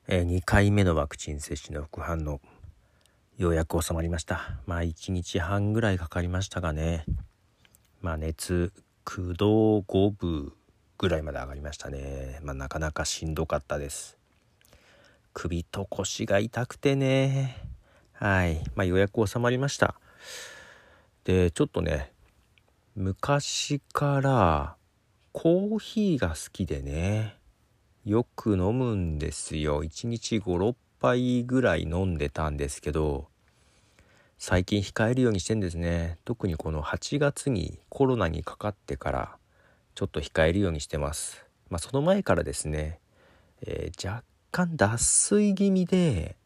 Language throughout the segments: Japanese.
2回目のワクチン接種の副反応、ようやく収まりました。1日半ぐらいかかりましたがね。熱9度5分ぐらいまで上がりましたね。なかなかしんどかったです。首と腰が痛くてね。ようやく収まりました。で、ちょっとね、昔からコーヒーが好きでね、よく飲むんですよ。1日5、6杯ぐらい飲んでたんですけど、最近控えるようにしてんですね。特にこの8月にコロナにかかってからちょっと控えるようにしてます。その前からですね、若干脱水気味で、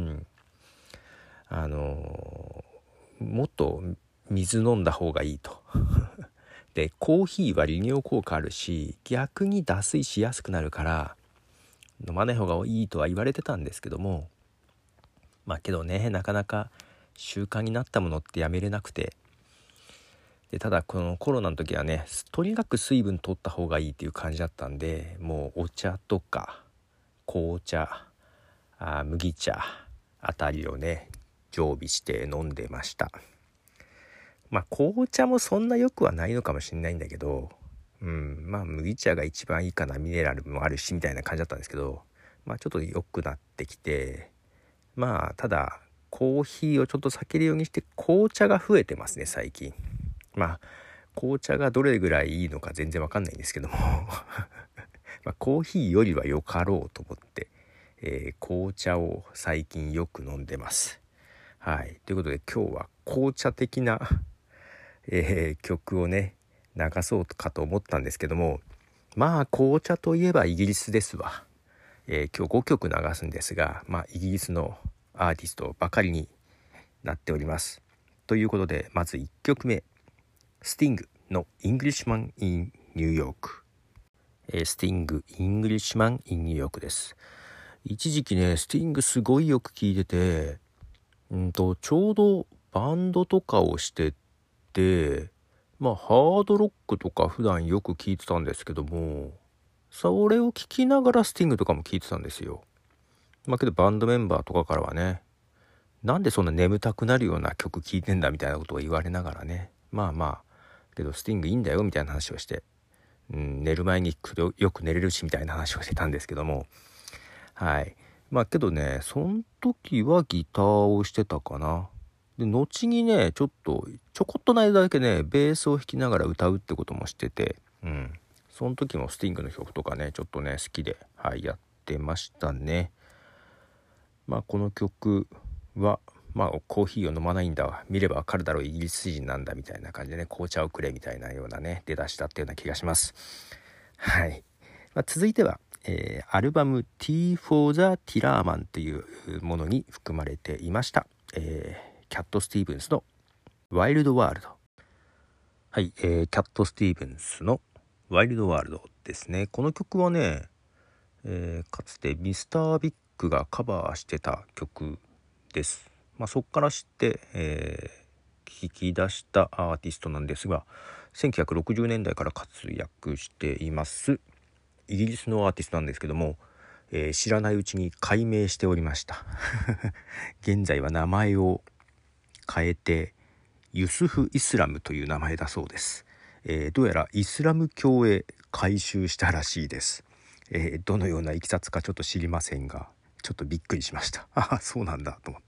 もっと水飲んだ方がいいとで、コーヒーは利尿効果あるし、逆に脱水しやすくなるから飲まない方がいいとは言われてたんですけども、けどね、なかなか習慣になったものってやめれなくて、でただこのコロナの時はね、とにかく水分取った方がいいっていう感じだったんで、もうお茶とか紅茶、麦茶あたりをね常備して飲んでました。紅茶もそんな良くはないのかもしれないんだけど、麦茶が一番いいかな、ミネラルもあるしみたいな感じだったんですけど、ちょっと良くなってきて、ただコーヒーをちょっと避けるようにして紅茶が増えてますね最近。紅茶がどれぐらいいいのか全然わかんないんですけどもコーヒーよりは良かろうと思って、紅茶を最近よく飲んでます。ということで今日は紅茶的な曲をね流そうかと思ったんですけども、紅茶といえばイギリスですわ。今日5曲流すんですが、イギリスのアーティストばかりになっております。ということで、まず1曲目、スティングの Englishman in New York。スティング Englishman in New York です。一時期ねスティングすごいよく聴いてて、ちょうどバンドとかをしてて、ハードロックとか普段よく聴いてたんですけども、それを聴きながらスティングとかも聴いてたんですよ。けどバンドメンバーとかからはね、なんでそんな眠たくなるような曲聴いてんだみたいなことを言われながらね、けどスティングいいんだよみたいな話をして、寝る前に聴くとよく寝れるしみたいな話をしてたんですけども、けどね、その時はギターをしてたかな。で、後にね、ちょこっとの間だけね、ベースを弾きながら歌うってこともしてて、その時もスティングの曲とかね、ちょっとね、好きで、やってましたね。この曲は、コーヒーを飲まないんだわ、見ればわかるだろう、イギリス人なんだみたいな感じでね、紅茶をくれみたいなようなね、出だしたっていうような気がします。続いては、アルバム T for the Tillerman というものに含まれていました、キャット・スティーブンスのワイルドワールド。キャット・スティーブンスのワイルドワールドですね。この曲はね、かつてミスター・ビッグがカバーしてた曲です。そこから知って、聞き出したアーティストなんですが、1960年代から活躍していますイギリスのアーティストなんですけども、知らないうちに改名しておりました現在は名前を変えてユスフ・イスラムという名前だそうです。どうやらイスラム教へ改宗したらしいです。どのようないきさつかちょっと知りませんが、ちょっとびっくりしました。そうなんだと思って、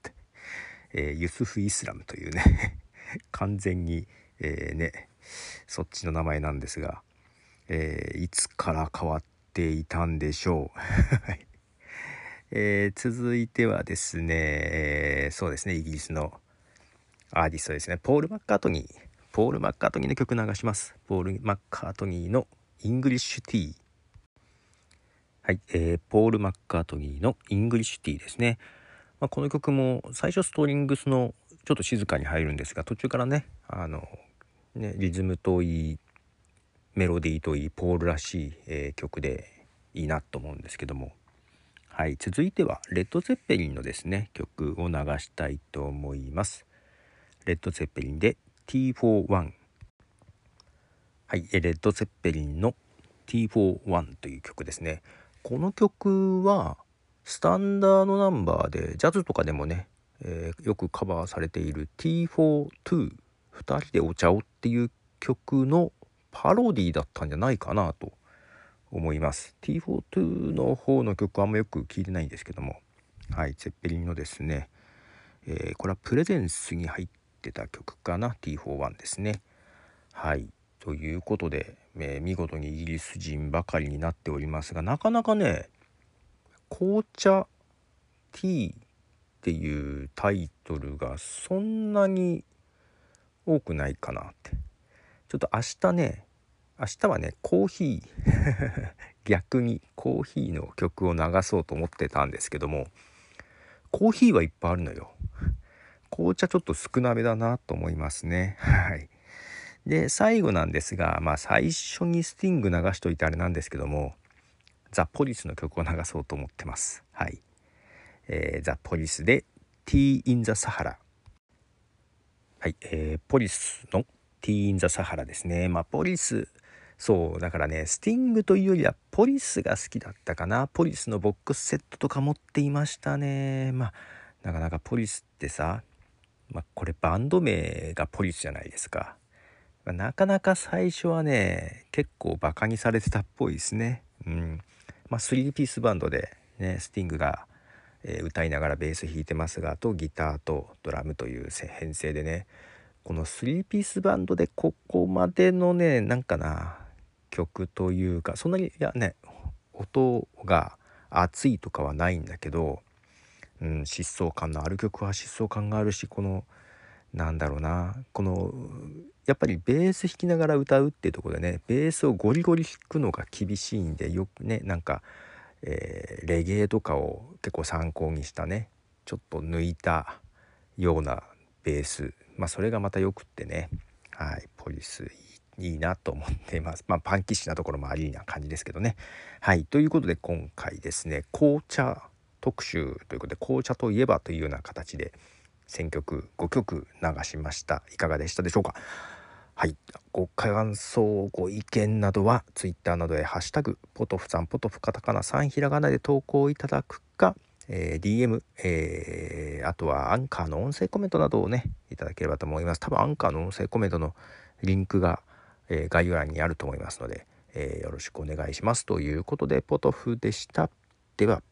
ユスフ・イスラムというね完全に、そっちの名前なんですが、いつから変わっていたんでしょう続いてはですね、そうですね、イギリスのアーティストですね、ポール・マッカートニーの曲流します。ポール・マッカートニーのイングリッシュティー。ポール・マッカートニーのイングリッシュティーですね。この曲も最初ストリングスのちょっと静かに入るんですが、途中からね、リズムといいメロディーといいポールらしい、曲でいいなと思うんですけども、続いてはレッド・ゼッペリンのですね曲を流したいと思います。レッド・ゼッペリンで T41。 レッド・ゼッペリンの T41 という曲ですね。この曲はスタンダードナンバーでジャズとかでもね、よくカバーされている T42 二人でお茶をっていう曲のパロディだったんじゃないかなと思います。 T42 の方の曲はあんまよく聞いてないんですけども、はい、ゼッペリンのですね、これはプレゼンスに入ってた曲かな。 T41 ですね。はい、ということで、見事にイギリス人ばかりになっておりますが、なかなかね紅茶 T っていうタイトルがそんなに多くないかなって。ちょっと明日はねコーヒー逆にコーヒーの曲を流そうと思ってたんですけども、コーヒーはいっぱいあるのよ。紅茶ちょっと少なめだなと思いますね。はい。で最後なんですが、最初にスティング流しといてあれなんですけども、ザ・ポリスの曲を流そうと思ってます。はい。ザ・ポリスで Tea in the Sahara。 はい、ポリスの Tea in the Sahara ですね。ポリス、そうだからね、スティングというよりはポリスが好きだったかな。ポリスのボックスセットとか持っていましたね。なかなかポリスってさ、これバンド名がポリスじゃないですか。なかなか最初はね結構バカにされてたっぽいですね。3ピースバンドでね、スティングが、歌いながらベース弾いてますが、あとギターとドラムという編成でね、この3ピースバンドでここまでのね曲というか、そんなに音が熱いとかはないんだけど、疾走感のある曲は疾走感があるし、このやっぱりベース弾きながら歌うっていうところでね、ベースをゴリゴリ弾くのが厳しいんで、よくねレゲエとかを結構参考にしたね、ちょっと抜いたようなベース、それがまたよくってね、はい、ポリスいいなと思っています。パンキッシュなところもありな感じですけどね。はい、ということで今回ですね、紅茶特集ということで、紅茶といえばというような形で選曲5曲流しました。いかがでしたでしょうか。はい、ご感想ご意見などはツイッターなどへハッシュタグポトフさん、ポトフカタカナ3ひらがなで投稿いただくか、DM、あとはアンカーの音声コメントなどをねいただければと思います。多分アンカーの音声コメントのリンクが、概要欄にあると思いますので、よろしくお願いしますということで、ポトフでした。では。